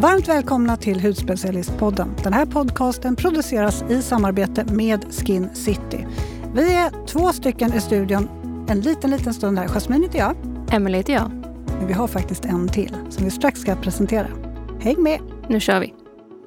Varmt välkomna till Hudspecialistpodden. Den här podcasten produceras i samarbete med Skin City. Vi är 2 stycken i studion. En liten stund här. Jasmin heter jag. Emelie heter jag. Men vi har faktiskt en till som vi strax ska presentera. Häng med! Nu kör vi.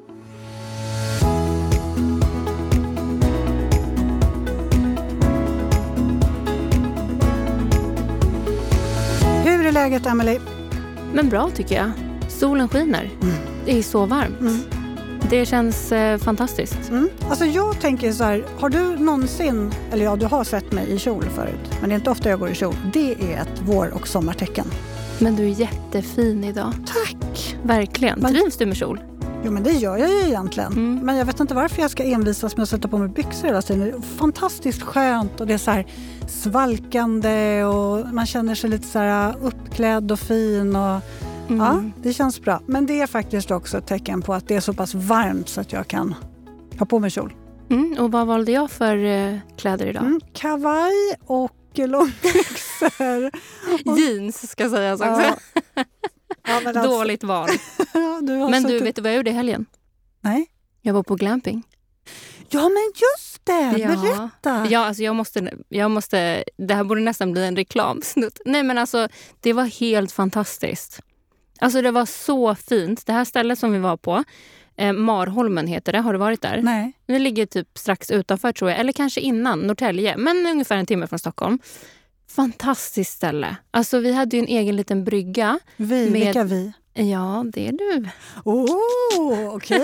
Hur är läget, Emelie? Men bra tycker jag. Solen skiner. Det är så varmt. Det känns fantastiskt. Alltså jag tänker så här, har du någonsin, eller ja, du har sett mig i kjol förut, men det är inte ofta jag går i kjol. Det är ett vår- och sommartecken. Men du är jättefin idag. Tack! Verkligen. Trivs du med kjol? Jo, men det gör jag ju egentligen. Men jag vet inte varför jag ska envisas med att sätta på mig byxor hela tiden. Det är fantastiskt skönt och det är så här svalkande och man känner sig lite så här uppklädd och fin och ja, det känns bra. Men det är faktiskt också ett tecken på att det är så pass varmt så att jag kan ha på mig kjol. Och vad valde jag för kläder idag? Kavaj och långbyxor. Jeans ska sägas också. Ja, men alltså, dåligt val. Men du, vet du vad jag gjorde i helgen? Nej. Jag var på glamping. Ja, men just det. Berätta. Ja, alltså jag måste... Det här borde nästan bli en reklamsnutt. Nej, men alltså, det var helt fantastiskt. Alltså, det var så fint. Det här stället som vi var på, Marholmen heter det. Har du varit där? Nej. Det ligger typ strax utanför, tror jag. Eller kanske innan, Norrtälje. Men ungefär 1 timme från Stockholm. Fantastiskt ställe. Alltså, vi hade ju en egen liten brygga. Vilka vi? Ja, det är du. Okej.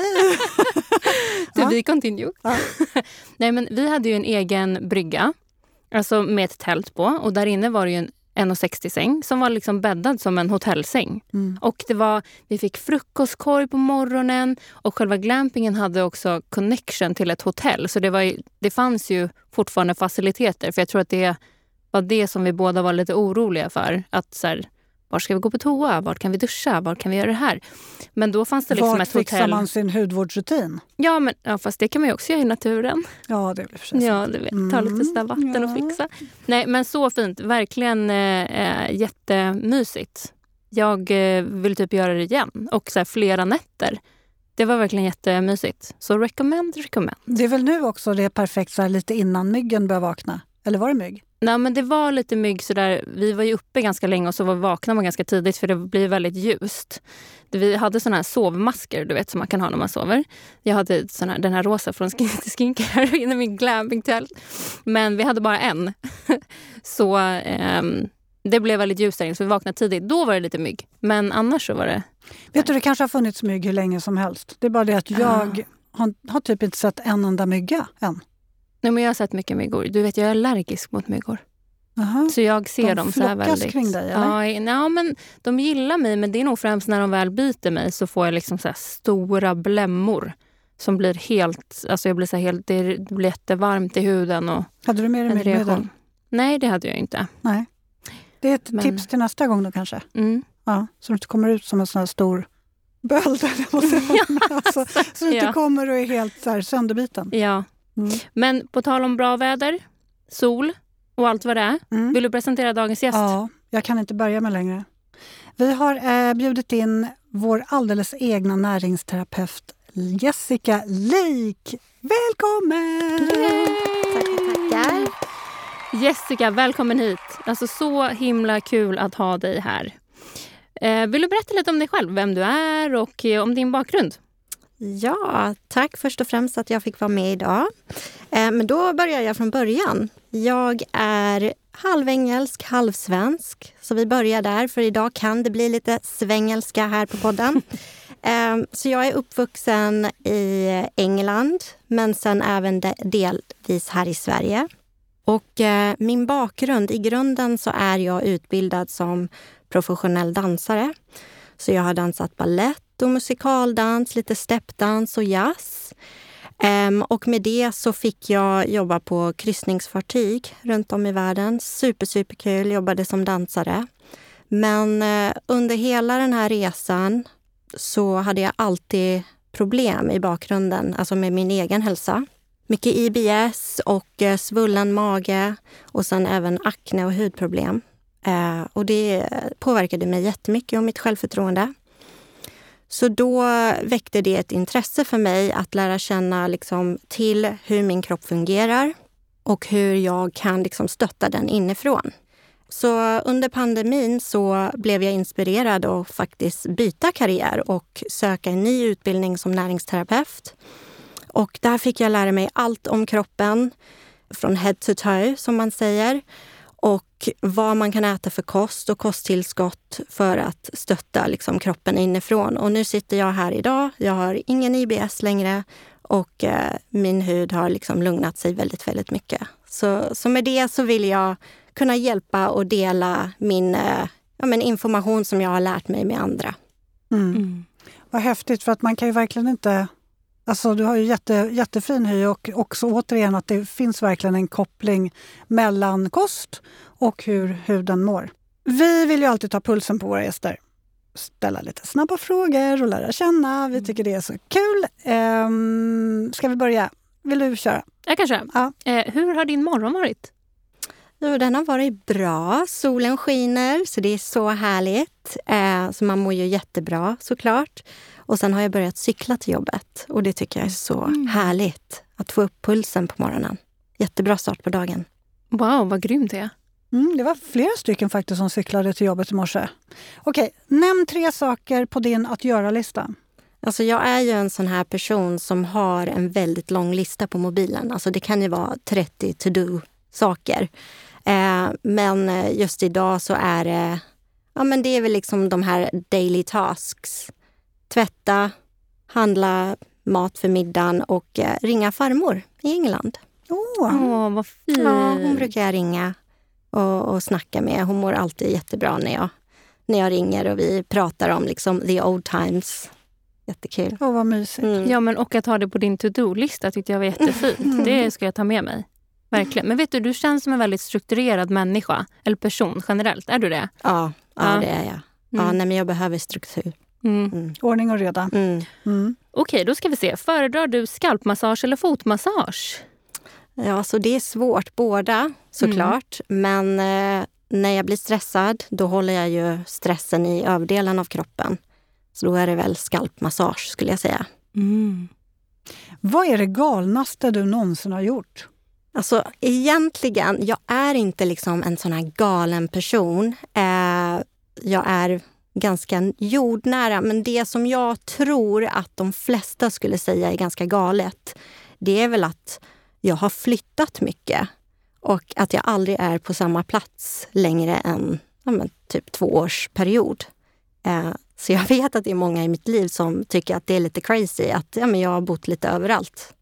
Vi continue. Ja. Nej, men vi hade ju en egen brygga. Alltså med ett tält på. Och där inne var det ju en 1,60 säng som var liksom bäddad som en hotellsäng. Och vi fick frukostkorg på morgonen. Och själva glampingen hade också connection till ett hotell. Så det fanns ju fortfarande faciliteter. För jag tror att det var det som vi båda var lite oroliga för. Att så här, var ska vi gå på toa? Var kan vi duscha? Var kan vi göra det här? Men då fanns det liksom ett hotell. Var fixar man sin hudvårdsrutin? Ja, fast det kan man ju också göra i naturen. Ja, det blir precis. Ja, du vet. Ta lite sådär vatten och fixa. Nej, men så fint. Verkligen jättemysigt. Jag vill typ göra det igen. Och så här, flera nätter. Det var verkligen jättemysigt. Så recommend. Det är väl nu också det är perfekt så här, lite innan myggen börjar vakna? Eller var det mygg? Nej, men det var lite mygg sådär. Vi var ju uppe ganska länge och så var vakna man ganska tidigt för det blir väldigt ljust. Vi hade såna här sovmasker, du vet, som man kan ha när man sover. Jag hade den här rosa från Skincare inne i min glampingtält. Men vi hade bara en. Så det blev väldigt ljust där inne, så vi vaknade tidigt. Då var det lite mygg. Men annars så var det... Vet du, det kanske har funnits mygg hur länge som helst. Det är bara det att jag har typ inte sett en enda mygga än. Nej, men jag har sett mycket myggor. Du vet, jag är allergisk mot myggor. Aha. Så jag ser dem så här väldigt... De kring dig, eller? Ja, men de gillar mig. Men det är nog främst när de väl biter mig så får jag liksom så här stora blämmor. Som blir helt... Alltså jag blir så här helt... Det blir jättevarmt i huden och... Hade du med dig myggmedel? Nej, det hade jag inte. Nej. Det är ett tips till nästa gång då kanske. Ja, så du inte kommer ut som en sån här stor... böld. Alltså, så du inte kommer och är helt så här sönderbiten. Ja. Men på tal om bra väder, sol och allt vad det är. Vill du presentera dagens gäst? Ja, jag kan inte börja med längre. Vi har bjudit in vår alldeles egna näringsterapeut Jessica Leik. Välkommen! Tackar. Jessica, välkommen hit. Alltså så himla kul att ha dig här. Vill du berätta lite om dig själv, vem du är och om din bakgrund? Ja, tack först och främst att jag fick vara med idag. Men då börjar jag från början. Jag är halvengelsk, halvsvensk. Så vi börjar där, för idag kan det bli lite svengelska här på podden. Så jag är uppvuxen i England, men sen även delvis här i Sverige. Och min bakgrund, i grunden så är jag utbildad som professionell dansare. Så jag har dansat ballett och musikaldans, lite steppdans och jazz. Och med det så fick jag jobba på kryssningsfartyg runt om i världen. Superkul, jobbade som dansare. Men under hela den här resan så hade jag alltid problem i bakgrunden, alltså med min egen hälsa. Mycket IBS och svullen mage och sen även akne och hudproblem. Och det påverkade mig jättemycket och mitt självförtroende. Så då väckte det ett intresse för mig att lära känna liksom till hur min kropp fungerar och hur jag kan liksom stötta den inifrån. Så under pandemin så blev jag inspirerad att faktiskt byta karriär och söka en ny utbildning som näringsterapeut. Och där fick jag lära mig allt om kroppen, från head to toe som man säger. Och vad man kan äta för kost och kosttillskott för att stötta liksom kroppen inifrån. Och nu sitter jag här idag, jag har ingen IBS längre och min hud har liksom lugnat sig väldigt, väldigt mycket. Så med det så vill jag kunna hjälpa och dela min information som jag har lärt mig med andra. Vad häftigt, för att man kan ju verkligen inte... Alltså du har ju jättefin hy och också återigen att det finns verkligen en koppling mellan kost och hur huden mår. Vi vill ju alltid ta pulsen på våra gäster. Ställa lite snabba frågor och lära känna. Vi tycker det är så kul. Ska vi börja? Vill du köra? Jag kan köra. Ja. Hur har din morgon varit? Jo, den har varit bra. Solen skiner så det är så härligt. Så man mår ju jättebra såklart. Och sen har jag börjat cykla till jobbet. Och det tycker jag är så härligt. Att få upp pulsen på morgonen. Jättebra start på dagen. Wow, vad grymt det är. Det var flera stycken faktiskt som cyklade till jobbet i morse. Okej, nämn 3 saker på din att göra-lista. Alltså jag är ju en sån här person som har en väldigt lång lista på mobilen. Alltså det kan ju vara 30 to-do-saker. Men just idag så är det... Ja, men det är väl liksom de här daily tasks. Tvätta, handla mat för middagen och ringa farmor i England. Vad fint. Ja, hon brukar jag ringa och snacka med. Hon mår alltid jättebra när jag ringer och vi pratar om liksom the old times. Jättekul. Vad mysigt. Ja, men och att ha det på din to-do-lista tyckte jag var jättefint. Det ska jag ta med mig. Verkligen. Men vet du känns som en väldigt strukturerad människa eller person generellt. Är du det? Ja, det är jag. Ja, nej, men jag behöver struktur. Ordning och reda. Okej, då ska vi se. Föredrar du skalpmassage eller fotmassage? Ja, så det är svårt båda såklart. Men när jag blir stressad då håller jag ju stressen i överdelen av kroppen. Så då är det väl skalpmassage skulle jag säga. Vad är det galnaste du någonsin har gjort? Alltså egentligen, jag är inte liksom en sån här galen person. Jag är ganska jordnära, men det som jag tror att de flesta skulle säga är ganska galet, det är väl att jag har flyttat mycket och att jag aldrig är på samma plats längre än typ 2 års period. Så jag vet att det är många i mitt liv som tycker att det är lite crazy att jag har bott lite överallt.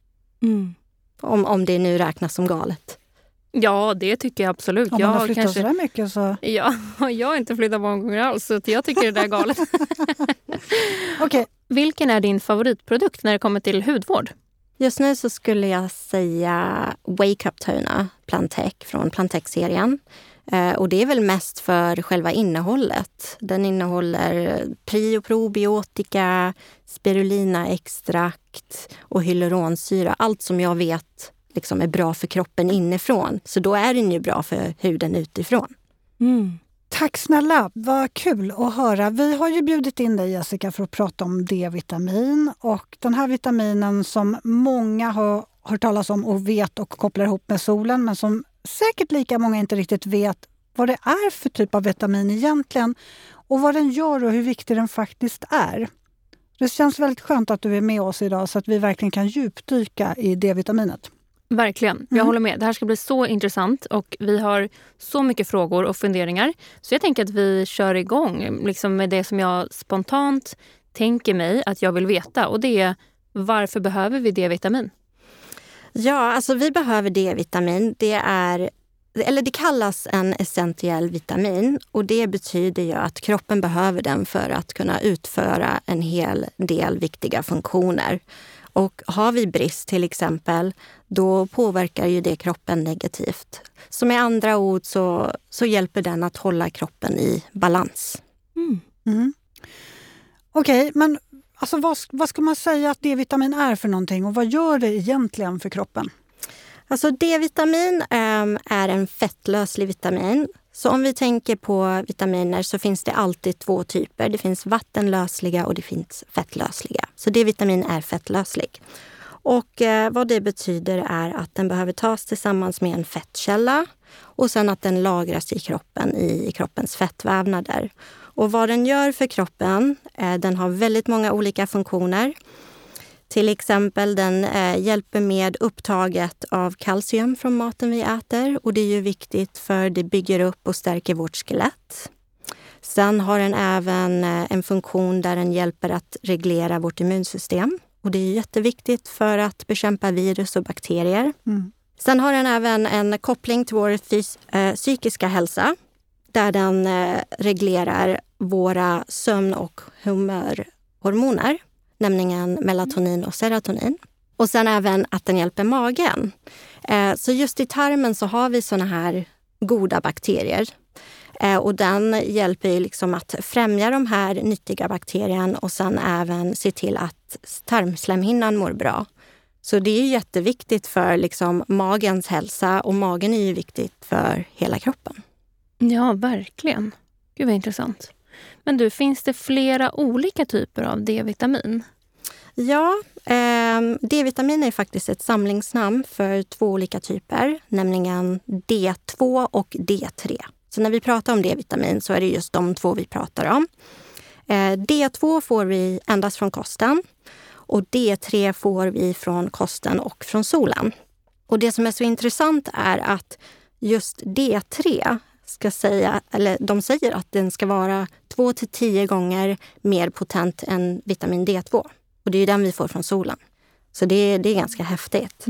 Om det nu räknas som galet. Ja, det tycker jag absolut. Om man har flyttat så där mycket så... Ja, jag har inte flyttat många gånger alls, så jag tycker det där är galet. Okej. Vilken är din favoritprodukt när det kommer till hudvård? Just nu så skulle jag säga Wake Up Toner Plantec från Plantec-serien. Och det är väl mest för själva innehållet. Den innehåller probiotika, spirulina-extrakt och hyaluronsyra. Allt som jag vet liksom är bra för kroppen inifrån. Så då är den ju bra för huden utifrån. Tack snälla, vad kul att höra. Vi har ju bjudit in dig Jessica för att prata om D-vitamin. Och den här vitaminen som många har hört talas om och vet och kopplar ihop med solen. Men som säkert lika många inte riktigt vet vad det är för typ av vitamin egentligen. Och vad den gör och hur viktig den faktiskt är. Det känns väldigt skönt att du är med oss idag så att vi verkligen kan djupdyka i D-vitaminet. Verkligen, jag håller med. Det här ska bli så intressant och vi har så mycket frågor och funderingar. Så jag tänker att vi kör igång liksom med det som jag spontant tänker mig att jag vill veta. Och det är, varför behöver vi D-vitamin? Ja, alltså vi behöver D-vitamin. Det kallas en essentiell vitamin och det betyder ju att kroppen behöver den för att kunna utföra en hel del viktiga funktioner. Och har vi brist till exempel, då påverkar ju det kroppen negativt. Så med andra ord så hjälper den att hålla kroppen i balans. Okej, men alltså vad ska man säga att D-vitamin är för någonting och vad gör det egentligen för kroppen? Alltså D-vitamin är en fettlöslig vitamin Så om vi tänker på vitaminer så finns det alltid 2 typer. Det finns vattenlösliga och det finns fettlösliga. Så D-vitamin är fettlöslig. Och vad det betyder är att den behöver tas tillsammans med en fettkälla och sen att den lagras i kroppen, i kroppens fettvävnader. Och vad den gör för kroppen, den har väldigt många olika funktioner. Till exempel den hjälper med upptaget av kalcium från maten vi äter och det är ju viktigt för det bygger upp och stärker vårt skelett. Sen har den även en funktion där den hjälper att reglera vårt immunsystem och det är jätteviktigt för att bekämpa virus och bakterier. Sen har den även en koppling till vår psykiska hälsa där den reglerar våra sömn- och humörhormoner. Nämligen melatonin och serotonin. Och sen även att den hjälper magen. Så just i tarmen så har vi såna här goda bakterier. Och den hjälper ju liksom att främja de här nyttiga bakterierna och sen även se till att tarmslemhinnan mår bra. Så det är jätteviktigt för liksom magens hälsa och magen är ju viktigt för hela kroppen. Ja, verkligen. Gud vad intressant. Men du, finns det flera olika typer av D-vitamin? Ja, D-vitamin är faktiskt ett samlingsnamn för 2 olika typer, nämligen D2 och D3. Så när vi pratar om D-vitamin så är det just de 2 vi pratar om. D2 får vi endast från kosten och D3 får vi från kosten och från solen. Och det som är så intressant är att just D3 de säger att den ska vara 2-10 gånger mer potent än vitamin D2. Och det är ju den vi får från solen. Så det är ganska häftigt.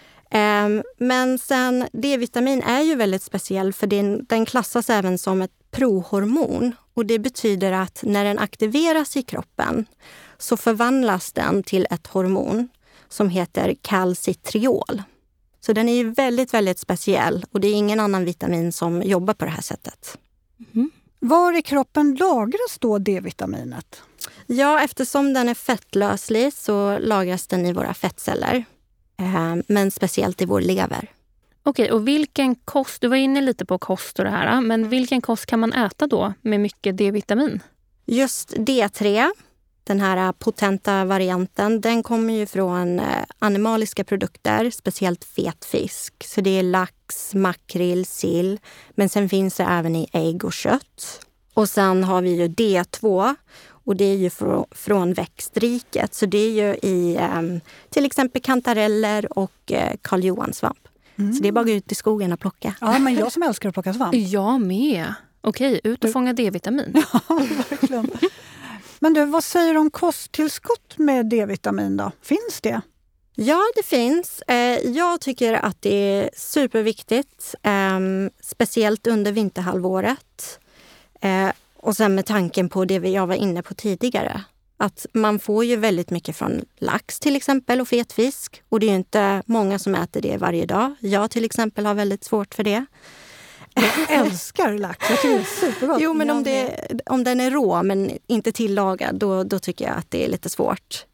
Men sen D-vitamin är ju väldigt speciell för den klassas även som ett prohormon. Och det betyder att när den aktiveras i kroppen så förvandlas den till ett hormon som heter calcitriol. Så den är ju väldigt, väldigt speciell och det är ingen annan vitamin som jobbar på det här sättet. Var i kroppen lagras då D-vitaminet? Ja, eftersom den är fettlöslig så lagras den i våra fettceller. Men speciellt i vår lever. Okej, och vilken kost, du var inne lite på kost och det här, men vilken kost kan man äta då med mycket D-vitamin? Just D3, den här potenta varianten, den kommer ju från animaliska produkter, speciellt fetfisk. Så det är lax, makrill, sill, men sen finns det även i ägg och kött. Och sen har vi ju D2 och det är ju från växtriket. Så det är ju i till exempel kantareller och Karl Johan-svamp. Så det är bara att gå ut i skogen och plocka. Ja, men jag som älskar att plocka svamp. Jag med. Okej, ut och fånga D-vitamin. Ja, verkligen. Men du, vad säger du om kosttillskott med D-vitamin då? Finns det? Ja, det finns. Jag tycker att det är superviktigt. Speciellt under vinterhalvåret. Och sen med tanken på det jag var inne på tidigare. Att man får ju väldigt mycket från lax till exempel och fetfisk. Och det är ju inte många som äter det varje dag. Jag till exempel har väldigt svårt för det. Jag älskar lax, jag tycker det är supergott. Jo, men om den är rå men inte tillagad, då tycker jag att det är lite svårt.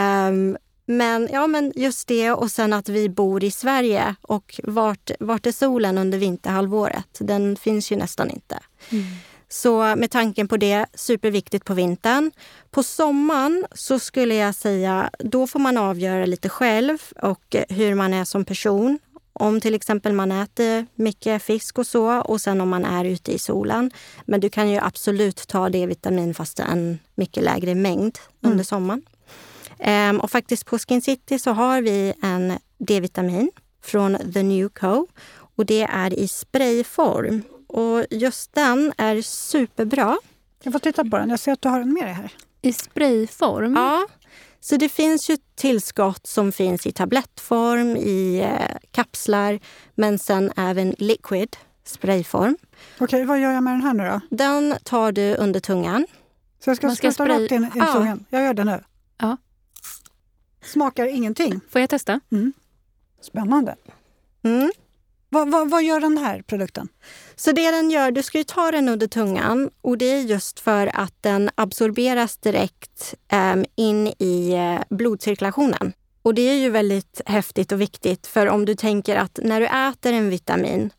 Men just det, och sen att vi bor i Sverige och vart är solen under vinterhalvåret? Den finns ju nästan inte. Så med tanken på det, superviktigt på vintern. På sommaren så skulle jag säga, då får man avgöra lite själv och hur man är som person. Om till exempel man äter mycket fisk och så och sen om man är ute i solen. Men du kan ju absolut ta D-vitamin fast en mycket lägre mängd under sommaren. Och faktiskt på Skin City så har vi en D-vitamin från The New Co. Och det är i sprayform. Och just den är superbra. Jag får titta på den. Jag ser att du har den med dig här. I sprayform? Ja. Så det finns ju tillskott som finns i tablettform, i kapslar, men sen även liquid, sprayform. Okej, vad gör jag med den här nu då? Den tar du under tungan. Så jag ska skutta rakt in i tungan? Jag gör det nu. Ja. Smakar ingenting. Får jag testa? Spännande. Vad gör den här produkten? Så det den gör, du ska ju ta den under tungan och det är just för att den absorberas direkt in i blodcirkulationen. Och det är ju väldigt häftigt och viktigt för om du tänker att när du äter en vitamin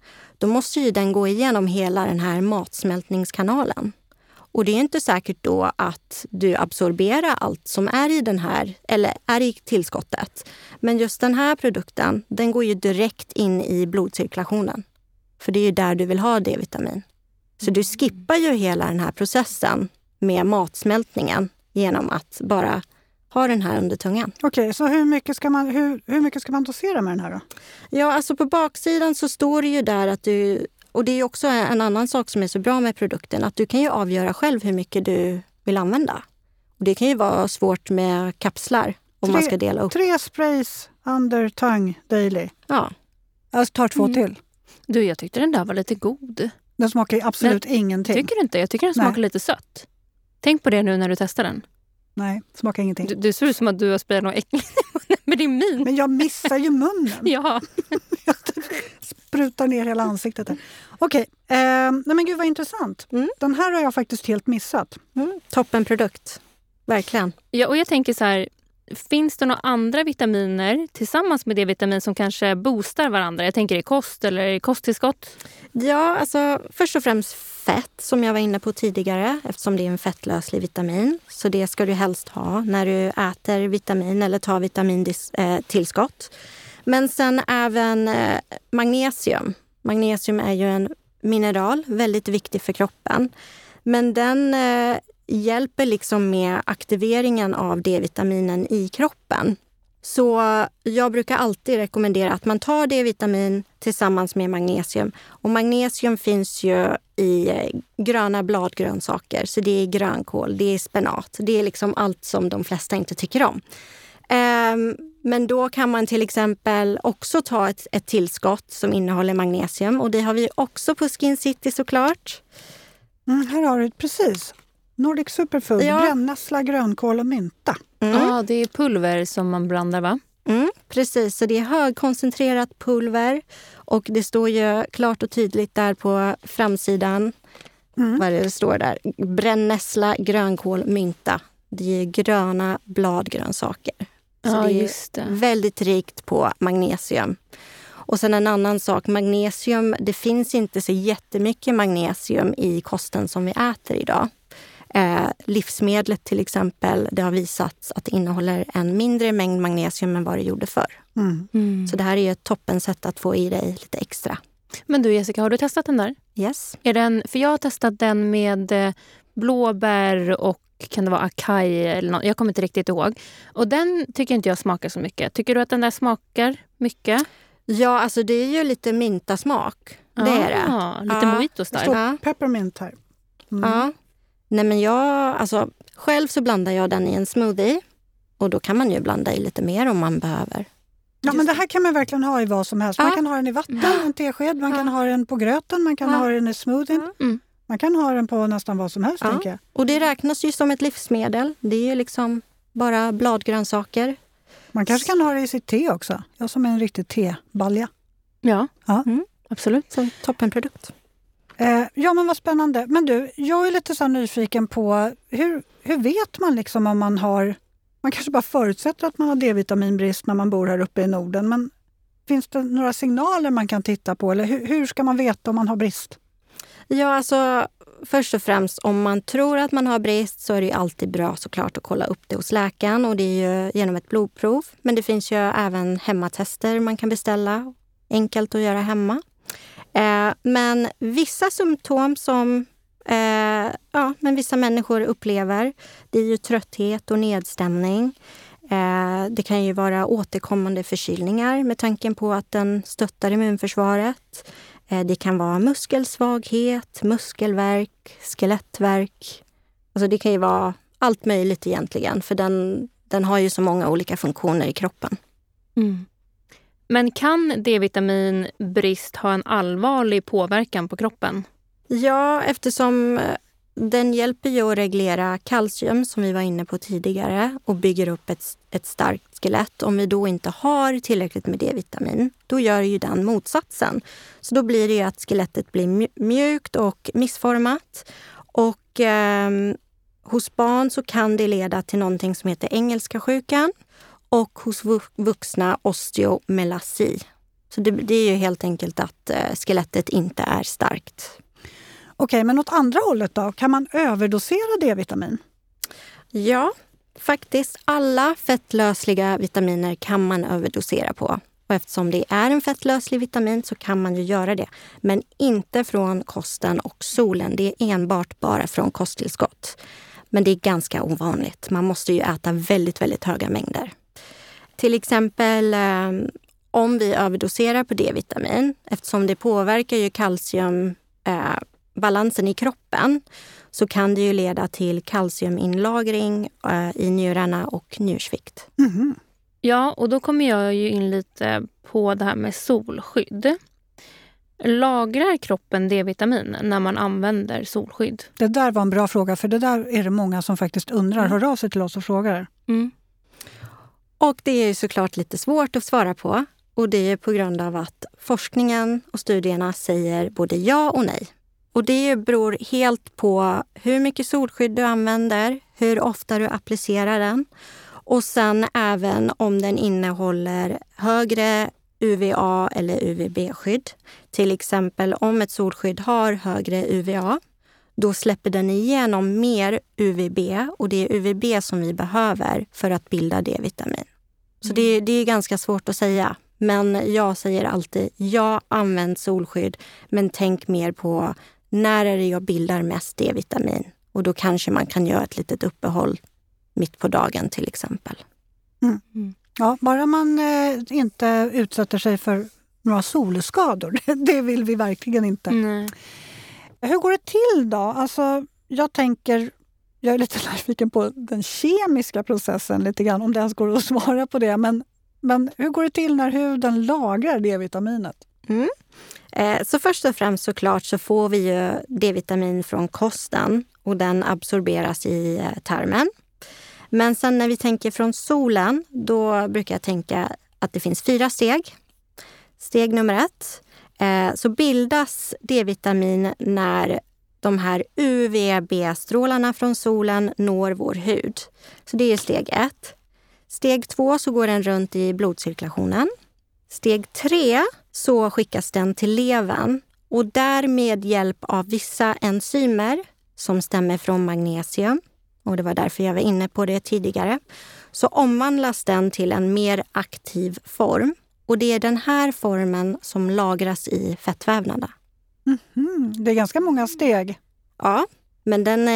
då måste ju den gå igenom hela den här matsmältningskanalen. Och det är inte säkert då att du absorberar allt som är i den här, eller är i tillskottet. Men just den här produkten, den går ju direkt in i blodcirkulationen. För det är ju där du vill ha D-vitamin. Så du skippar ju hela den här processen med matsmältningen genom att bara ha den här under tungan. Okej, så hur mycket ska man dosera med den här då? Ja, alltså på baksidan så står det ju där att du... Och det är också en annan sak som är så bra med produkten, att du kan ju avgöra själv hur mycket du vill använda. Och det kan ju vara svårt med kapslar om man ska dela upp. 3 sprays under tongue daily. Ja. Jag tar 2 till. Du, jag tyckte den där var lite god. Den smakar absolut ingenting. Tycker du inte? Jag tycker den smakar lite sött. Tänk på det nu när du testar den. Nej, smakar ingenting. Du ser ut som att du har sprayat något äckligt med din min. Men jag missar ju munnen. Ja. Jag sprutar ner hela ansiktet. Okej, nej men gud vad intressant. Den här har jag faktiskt helt missat. Toppenprodukt, verkligen. Ja, och jag tänker så här, finns det några andra vitaminer tillsammans med D-vitamin som kanske boostar varandra? Jag tänker i kost eller i kosttillskott. Ja, alltså först och främst fett som jag var inne på tidigare, eftersom det är en fettlöslig vitamin. Så det ska du helst ha när du äter vitamin eller tar vitamintillskott. Men sen även magnesium. Magnesium är ju en mineral, väldigt viktig för kroppen. Men den hjälper liksom med aktiveringen av D-vitaminen i kroppen. Så jag brukar alltid rekommendera att man tar D-vitamin tillsammans med magnesium. Och magnesium finns ju i gröna bladgrönsaker. Så det är grönkål, det är spenat. Det är liksom allt som de flesta inte tycker om. Men då kan man till exempel också ta ett tillskott som innehåller magnesium. Och det har vi också på Skin City såklart. Här har du precis. Nordic Superfood, brännässla, grönkål och mynta. Ja, det är pulver som man blandar, va? Precis, så det är högkoncentrerat pulver. Och det står ju klart och tydligt där på framsidan. Vad det står där? Brännässla, grönkål, mynta. Det är gröna bladgrönsaker. Så det är just det. Väldigt rikt på magnesium. Och sen en annan sak, magnesium, det finns inte så jättemycket magnesium i kosten som vi äter idag. Livsmedlet till exempel, det har visats att det innehåller en mindre mängd magnesium än vad det gjorde förr. Så det här är ju ett toppensätt att få i dig lite extra. Men du Jessica, har du testat den där? Yes. För jag har testat den med blåbär och kan det vara acai eller något? Jag kommer inte riktigt ihåg. Och den tycker inte jag smakar så mycket. Tycker du att den där smakar mycket? Ja, alltså det är ju lite myntasmak. Det är det. Lite mojito-style. Det står peppermint här. Ja. Nej men själv så blandar jag den i en smoothie. Och då kan man ju blanda i lite mer om man behöver. Ja, men det här kan man verkligen ha i vad som helst. Man kan ha den i vatten, en tesked. Man kan ha den på gröten, man kan ha den i smoothien. Man kan ha den på nästan vad som helst, tänker jag. Och det räknas ju som ett livsmedel. Det är ju liksom bara bladgrönsaker. Man kanske kan ha det i sitt te också. Jag som är en riktig tebalja. Ja. Absolut. Så toppenprodukt. Ja, men vad spännande. Men du, jag är lite så nyfiken på hur vet man liksom om man har... Man kanske bara förutsätter att man har D-vitaminbrist när man bor här uppe i Norden. Men finns det några signaler man kan titta på? Eller hur ska man veta om man har brist? Ja, alltså först och främst om man tror att man har brist så är det ju alltid bra såklart att kolla upp det hos läkaren. Och det är ju genom ett blodprov. Men det finns ju även hemmatester man kan beställa. Enkelt att göra hemma. Men vissa symptom som vissa människor upplever, det är ju trötthet och nedstämning. Det kan ju vara återkommande förkylningar med tanken på att den stöttar immunförsvaret. Det kan vara muskelsvaghet, muskelvärk, skelettvärk. Alltså det kan ju vara allt möjligt egentligen, för den har ju så många olika funktioner i kroppen. Men kan D-vitaminbrist ha en allvarlig påverkan på kroppen? Ja, eftersom den hjälper ju att reglera kalcium som vi var inne på tidigare och bygger upp ett starkt skelett. Om vi då inte har tillräckligt med D-vitamin, då gör ju den motsatsen. Så då blir det ju att skelettet blir mjukt och missformat. Och hos barn så kan det leda till någonting som heter engelska sjukan. Och hos vuxna osteomelasi. Så det är ju helt enkelt att skelettet inte är starkt. Okej, men åt andra hållet då? Kan man överdosera D-vitamin? Ja, faktiskt alla fettlösliga vitaminer kan man överdosera på. Och eftersom det är en fettlöslig vitamin så kan man ju göra det. Men inte från kosten och solen. Det är enbart bara från kosttillskott. Men det är ganska ovanligt. Man måste ju äta väldigt, väldigt höga mängder. Till exempel om vi överdoserar på D-vitamin, eftersom det påverkar ju kalciumbalansen i kroppen, så kan det ju leda till kalciuminlagring i njurarna och njursvikt. Mm. Ja, och då kommer jag ju in lite på det här med solskydd. Lagrar kroppen D-vitamin när man använder solskydd? Det där var en bra fråga, för det där är det många som faktiskt undrar. Hör av sig till oss och frågar. Mm. Och det är ju såklart lite svårt att svara på. Och det är på grund av att forskningen och studierna säger både ja och nej. Och det beror helt på hur mycket solskydd du använder, hur ofta du applicerar den. Och sen även om den innehåller högre UVA eller UVB-skydd. Till exempel om ett solskydd har högre UVA, då släpper den igenom mer UVB, och det är UVB som vi behöver för att bilda D-vitamin. Så det är ganska svårt att säga. Men jag säger alltid, ja, använd solskydd, men tänk mer på när är det jag bildar mest D-vitamin. Och då kanske man kan göra ett litet uppehåll mitt på dagen till exempel. Mm. Mm. Ja, bara man inte utsätter sig för några solskador. Det vill vi verkligen inte. Nej. Hur går det till då? Alltså, jag är lite nyfiken på den kemiska processen lite grann, om det ens går att svara på det. Men hur går det till när huden lagrar D-vitaminet? Mm. Så först och främst såklart så får vi ju D-vitamin från kosten och den absorberas i tarmen. Men sen när vi tänker från solen, då brukar jag tänka att det finns 4 steg. Steg nummer 1, så bildas D-vitamin när de här UVB-strålarna från solen når vår hud. Så det är steg 1. Steg 2 så går den runt i blodcirkulationen. Steg 3 så skickas den till levern, och där med hjälp av vissa enzymer som stämmer från magnesium, och det var därför jag var inne på det tidigare, så omvandlas den till en mer aktiv form. Och det är den här formen som lagras i fettvävnaderna. Det är ganska många steg. Ja, men det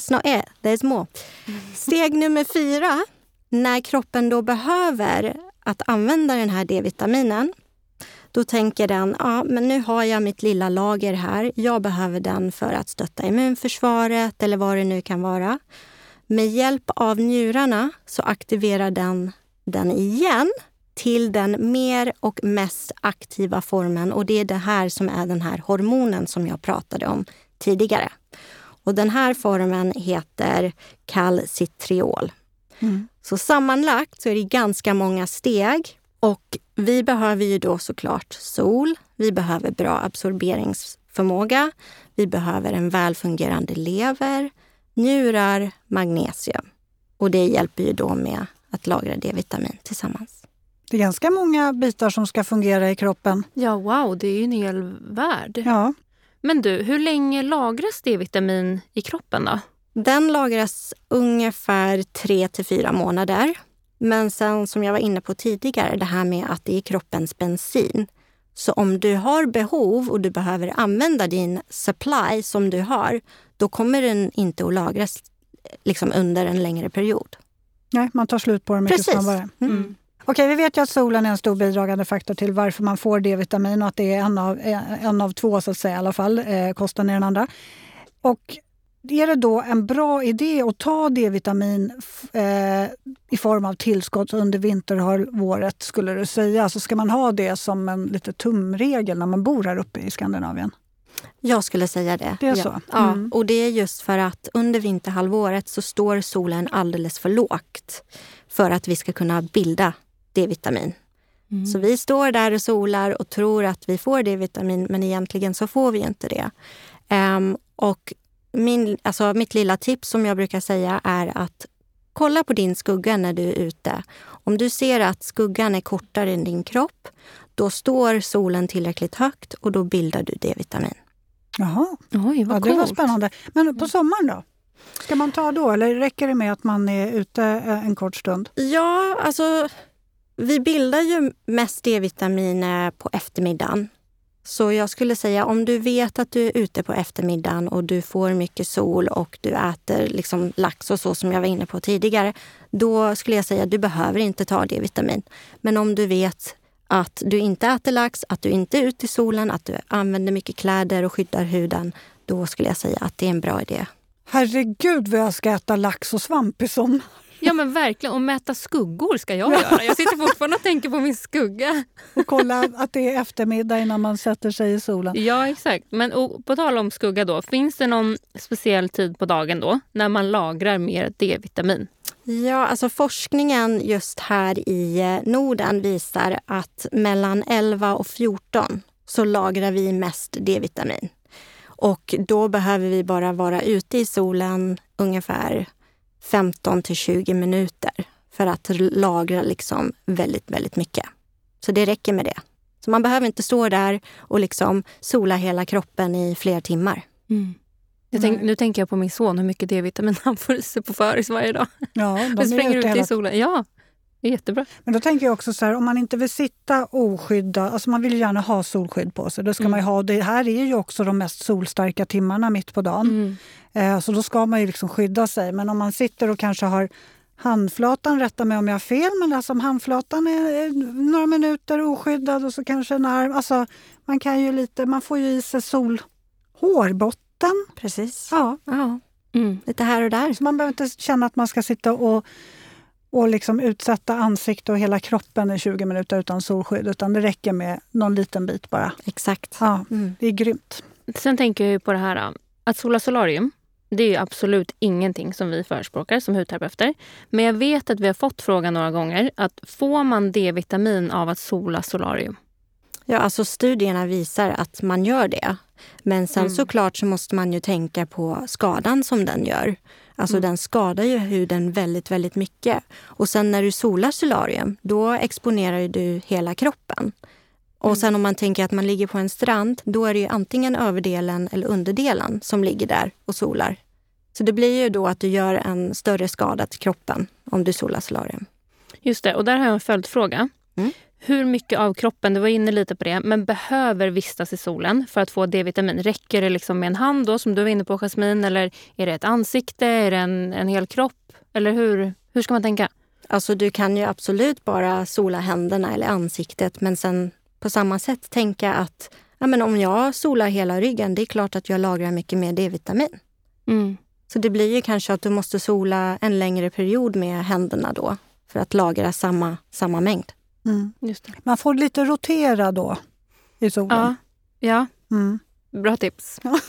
är små. Steg nummer 4, när kroppen då behöver att använda den här D-vitaminen, då tänker den, ja, men nu har jag mitt lilla lager här. Jag behöver den för att stötta immunförsvaret eller vad det nu kan vara. Med hjälp av njurarna så aktiverar den igen till den mer och mest aktiva formen. Och det är det här som är den här hormonen som jag pratade om tidigare. Och den här formen heter kalcitriol. Så sammanlagt så är det ganska många steg. Och vi behöver ju då såklart sol, vi behöver bra absorberingsförmåga, vi behöver en välfungerande lever, njurar, magnesium. Och det hjälper ju då med att lagra D-vitamin tillsammans. Det är ganska många bitar som ska fungera i kroppen. Ja, wow, det är ju en hel värld. Ja. Men du, hur länge lagras D-vitamin i kroppen då? Den lagras ungefär 3-4 månader. Men sen som jag var inne på tidigare, det här med att det är kroppens bensin. Så om du har behov och du behöver använda din supply som du har, då kommer den inte att lagras liksom under en längre period. Nej, man tar slut på den mycket snabbare. Okej, vi vet ju att solen är en stor bidragande faktor till varför man får D-vitamin, och att det är en av 2 så att säga i alla fall. Kosten är den andra. Och är det då en bra idé att ta D-vitamin i form av tillskott under vinterhalvåret, skulle du säga? Så ska man ha det som en lite tumregel när man bor här uppe i Skandinavien? Jag skulle säga det. Det är så? Ja, och det är just för att under vinterhalvåret så står solen alldeles för lågt för att vi ska kunna bilda D-vitamin. Så vi står där och solar och tror att vi får D-vitamin, men egentligen så får vi inte det. Och mitt lilla tips som jag brukar säga är att kolla på din skugga när du är ute. Om du ser att skuggan är kortare än din kropp, då står solen tillräckligt högt och då bildar du D-vitamin. Jaha, Oj, vad det var coolt. spännande. Men på sommaren då? Ska man ta då eller räcker det med att man är ute en kort stund? Ja, alltså vi bildar ju mest D-vitamin på eftermiddagen. Så jag skulle säga om du vet att du är ute på eftermiddagen och du får mycket sol och du äter liksom lax och så som jag var inne på tidigare, då skulle jag säga att du behöver inte ta D-vitamin. Men om du vet att du inte äter lax, att du inte är ute i solen, att du använder mycket kläder och skyddar huden, då skulle jag säga att det är en bra idé. Herregud vad jag ska äta lax och svamp i sommar. Ja men verkligen, och mäta skuggor ska jag göra. Jag sitter fortfarande och tänker på min skugga. Och kolla att det är eftermiddag innan man sätter sig i solen. Ja exakt, men på tal om skugga då, finns det någon speciell tid på dagen då när man lagrar mer D-vitamin? Ja, alltså forskningen just här i Norden visar att mellan 11 och 14 så lagrar vi mest D-vitamin. Och då behöver vi bara vara ute i solen ungefär 15 till 20 minuter för att lagra liksom väldigt, väldigt mycket. Så det räcker med det. Så man behöver inte stå där och liksom sola hela kroppen i flera timmar. Mm. Nu tänker jag på min son, hur mycket D-vitamin han får i sig på föris varje dag. Ja, de springer ut i solen. Ja, det är jättebra. Men då tänker jag också så här, om man inte vill sitta oskyddad, alltså man vill ju gärna ha solskydd på sig. Då ska man ju ha, det här är ju också de mest solstarka timmarna mitt på dagen. Så då ska man ju liksom skydda sig. Men om man sitter och kanske har handflatan, rätta mig om jag har fel, men alltså om handflatan är några minuter oskyddad och så kanske en arm, alltså man kan ju lite, man får ju i sig hårbotten. Precis. Ja. Lite här och där. Så man behöver inte känna att man ska sitta och liksom utsätta ansikte och hela kroppen i 20 minuter utan solskydd, utan det räcker med någon liten bit bara. Exakt. Ja, det är grymt. Sen tänker jag ju på det här att sola solarium, det är ju absolut ingenting som vi förespråkar som hudterapeuter. Men jag vet att vi har fått frågan några gånger att får man D-vitamin av att sola solarium? Ja, alltså studierna visar att man gör det. Men sen såklart så måste man ju tänka på skadan som den gör. Alltså den skadar ju huden väldigt, väldigt mycket. Och sen när du solar solarium, då exponerar ju du hela kroppen. Och sen om man tänker att man ligger på en strand, då är det ju antingen överdelen eller underdelen som ligger där och solar. Så det blir ju då att du gör en större skada till kroppen om du solar solarium. Just det, och där har jag en följdfråga. Hur mycket av kroppen, du var inne lite på det, men behöver vistas i solen för att få D-vitamin? Räcker det liksom med en hand då, som du var inne på, Jasmin? Eller är det ett ansikte? Är det en hel kropp? Eller hur ska man tänka? Alltså du kan ju absolut bara sola händerna eller ansiktet, men sen på samma sätt tänka att men om jag solar hela ryggen, det är klart att jag lagrar mycket mer D-vitamin. Så det blir ju kanske att du måste sola en längre period med händerna då för att lagra samma mängd. Just det. Man får lite rotera då i solen. Ja. Bra tips. Ja.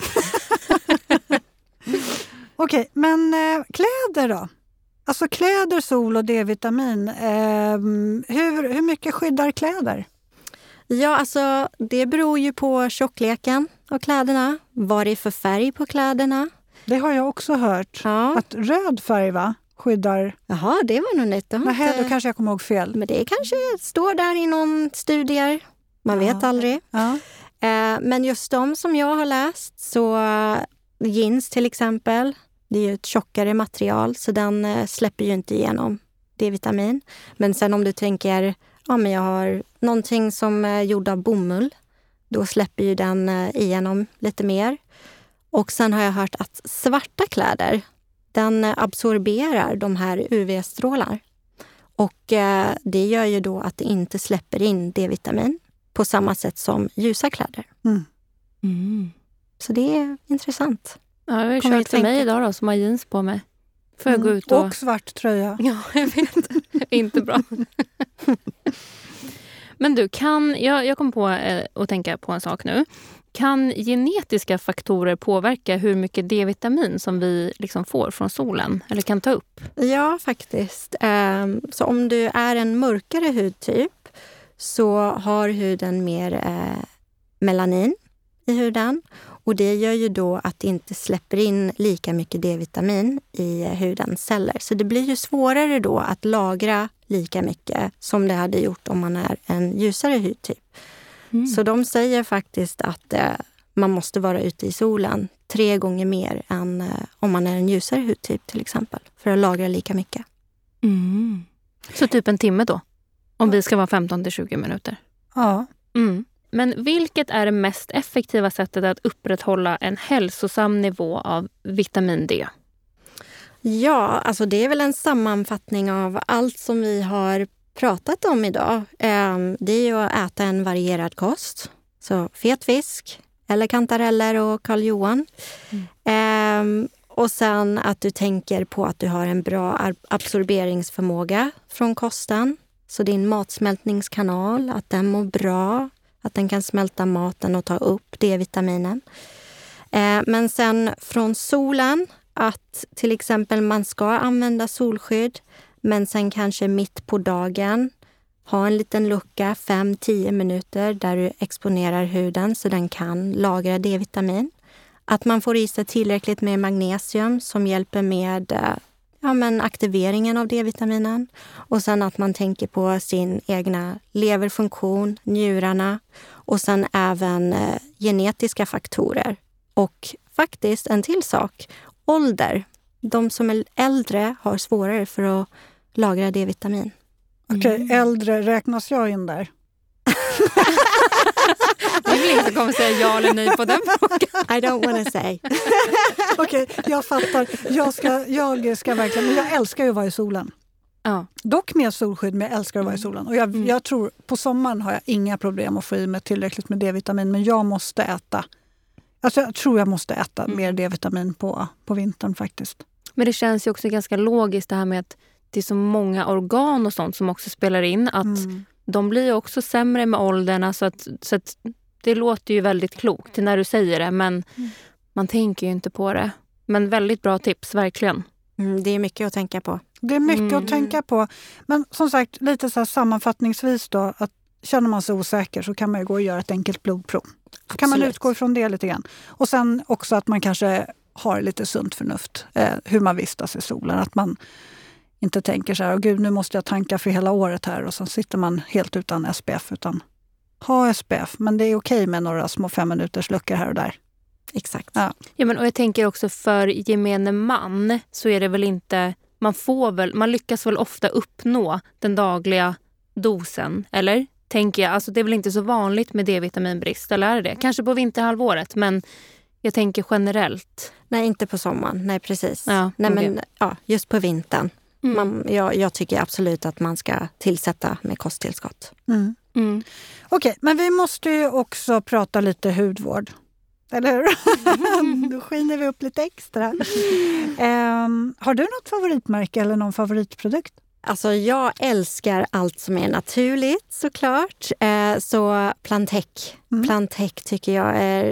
Okej, men kläder då? Alltså kläder, sol och D-vitamin. Hur mycket skyddar kläder? Ja, alltså det beror ju på tjockleken av kläderna. Vad det är för färg på kläderna. Det har jag också hört. Ja. Att röd färg skyddar... Jaha, det var nog nytt. Nej, då kanske jag kommer ihåg fel. Men det kanske står där i någon studier. Man vet aldrig. Ja. Men just de som jag har läst, så jeans till exempel, det är ju ett tjockare material så den släpper ju inte igenom D-vitamin. Men sen om du tänker, men jag har någonting som är gjord av bomull, då släpper ju den igenom lite mer. Och sen har jag hört att svarta kläder, den absorberar de här UV-strålar. Och det gör ju då att det inte släpper in D-vitamin på samma sätt som ljusa kläder. Så det är intressant. Ja, jag har kört för mig idag då, som har jeans på mig. Får jag gå ut och svart tröja. Ja, jag vet. Inte bra. Men du, jag kom på att tänka på en sak nu. Kan genetiska faktorer påverka hur mycket D-vitamin som vi liksom får från solen eller kan ta upp? Ja, faktiskt. Så om du är en mörkare hudtyp så har huden mer melanin i huden. Och det gör ju då att det inte släpper in lika mycket D-vitamin i hudens celler. Så det blir ju svårare då att lagra lika mycket som det hade gjort om man är en ljusare hudtyp. Så de säger faktiskt att man måste vara ute i solen 3 gånger mer än om man är en ljusare hudtyp till exempel, för att lagra lika mycket. Så typ en timme då? Om vi ska vara 15-20 minuter? Ja. Men vilket är det mest effektiva sättet att upprätthålla en hälsosam nivå av vitamin D? Ja, alltså det är väl en sammanfattning av allt som vi har pratat om idag. Det är ju att äta en varierad kost. Så fet fisk, eller kantareller och Karl Johan. Och sen att du tänker på att du har en bra absorberingsförmåga från kosten. Så din matsmältningskanal, att den mår bra. Att den kan smälta maten och ta upp D-vitaminen. Men sen från solen, att till exempel man ska använda solskydd. Men sen kanske mitt på dagen ha en liten lucka 5-10 minuter där du exponerar huden så den kan lagra D-vitamin. Att man får i sig tillräckligt med magnesium som hjälper med aktiveringen av D-vitaminen. Och sen att man tänker på sin egna leverfunktion, njurarna och sen även genetiska faktorer. Och faktiskt en till sak, ålder. De som är äldre har svårare för att lagra D-vitamin. Okej, äldre, räknas jag in där? Det är väl ingen som kommer säga ja eller nej på den frågan. I don't want to say. Okej, jag fattar. Jag ska verkligen, men jag älskar ju att vara i solen. Ja. Dock med solskydd, men jag älskar att vara i solen. Och jag tror, på sommaren har jag inga problem att få i mig tillräckligt med D-vitamin, men jag måste äta. Alltså jag tror jag måste äta mer D-vitamin på vintern faktiskt. Men det känns ju också ganska logiskt det här med att det är så många organ och sånt som också spelar in. Att de blir ju också sämre med åldern. Så att det låter ju väldigt klokt när du säger det. Men man tänker ju inte på det. Men väldigt bra tips, verkligen. Det är mycket att tänka på. Det är mycket att tänka på. Men som sagt, lite så här sammanfattningsvis då. Att känner man sig osäker så kan man ju gå och göra ett enkelt blodprov. Så kan man utgå ifrån det lite grann. Och sen också att man kanske har lite sunt förnuft. Hur man vistas i solen. Att man inte tänker så här, gud nu måste jag tanka för hela året här. Och så sitter man helt utan SPF. Utan ha SPF, men det är okej med några små 5 minuters luckor här och där. Exakt. Ja, men och jag tänker också för gemene man så är det väl inte, man lyckas väl ofta uppnå den dagliga dosen, eller? Tänker jag, alltså det är väl inte så vanligt med D-vitaminbrist, eller är det? Kanske på vinterhalvåret, men jag tänker generellt. Nej, inte på sommaren. Nej, precis. Ja, nej, men just på vintern. Jag tycker absolut att man ska tillsätta med kosttillskott. Okej, men vi måste ju också prata lite hudvård. Eller hur? Då skiner vi upp lite extra. Har du något favoritmärke eller någon favoritprodukt? Alltså jag älskar allt som är naturligt såklart. Så Plantec. Plantec tycker jag är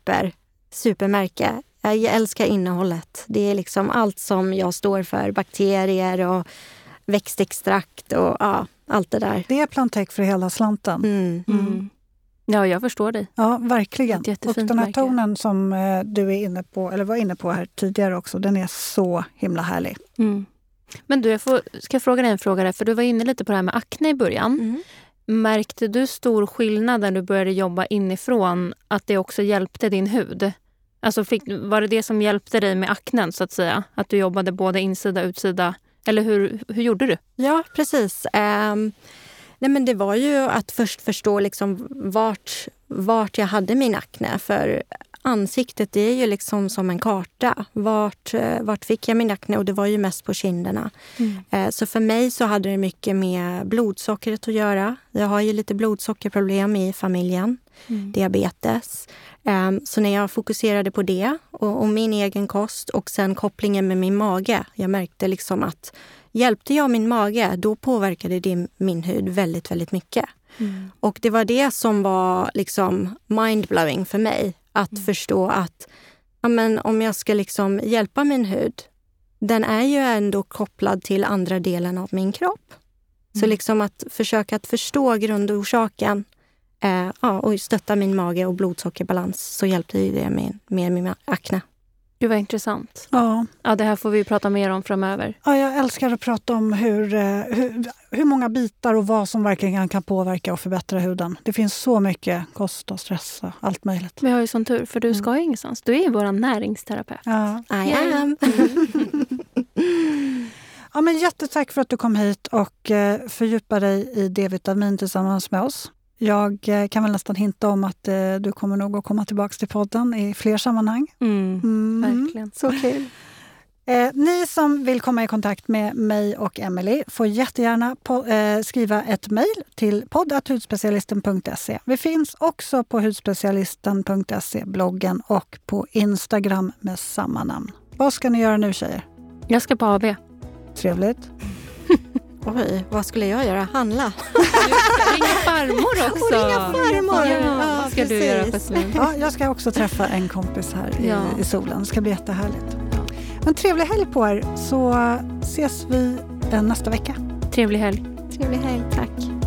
supermärke. Jag älskar innehållet. Det är liksom allt som jag står för. Bakterier och växtextrakt och allt det där. Det är Plantec för hela slanten. Ja, jag förstår dig. Ja, verkligen. Och den här märke. tonen som du är inne på, eller var inne på här tidigare också, den är så himla härlig. Men du, ska fråga dig en fråga där, för du var inne lite på det här med akne i början. Märkte du stor skillnad när du började jobba inifrån att det också hjälpte din hud? Alltså var det som hjälpte dig med aknen så att säga? Att du jobbade både insida och utsida? Eller hur gjorde du? Ja, precis. Nej, men det var ju att först förstå liksom vart jag hade min akne. För ansiktet, det är ju liksom som en karta. Vart fick jag min akne? Och det var ju mest på kinderna. Så för mig så hade det mycket med blodsockret att göra. Jag har ju lite blodsockerproblem i familjen. Diabetes. Så när jag fokuserade på det och min egen kost och sen kopplingen med min mage. Jag märkte liksom att hjälpte jag min mage, då påverkade det min hud väldigt, väldigt mycket. Och det var det som var liksom mindblowing för mig. Att förstå att om jag ska liksom hjälpa min hud, den är ju ändå kopplad till andra delen av min kropp. Så liksom att försöka att förstå grundorsaken och stötta min mage och blodsockerbalans, så hjälpte det med min akne. Gud vad intressant. Ja. Ja, det här får vi prata mer om framöver. Ja, jag älskar att prata om hur många bitar och vad som verkligen kan påverka och förbättra huden. Det finns så mycket kost och stress och allt möjligt. Vi har ju sån tur, för du ska ju ingenstans. Du är ju vår näringsterapeut. Ja. I am. Ja, men jättetack för att du kom hit och fördjupade dig i D-vitamin tillsammans med oss. Jag kan väl nästan hinta om att du kommer nog att komma tillbaka till podden i fler sammanhang. Verkligen. Så kul. Ni som vill komma i kontakt med mig och Emily får jättegärna skriva ett mejl till podd@hudspecialisten.se. Vi finns också på hudspecialisten.se, bloggen, och på Instagram med samma namn. Vad ska ni göra nu, tjejer? Jag ska på AB. Trevligt. Oj, vad skulle jag göra? Handla. Ringa farmor också. Och ringa farmor. Ja, vad ska du göra, Jasmin? Ja, jag ska också träffa en kompis här i solen. Det ska bli jättehärligt. En trevlig helg på er, så ses vi nästa vecka. Trevlig helg. Trevlig helg, tack.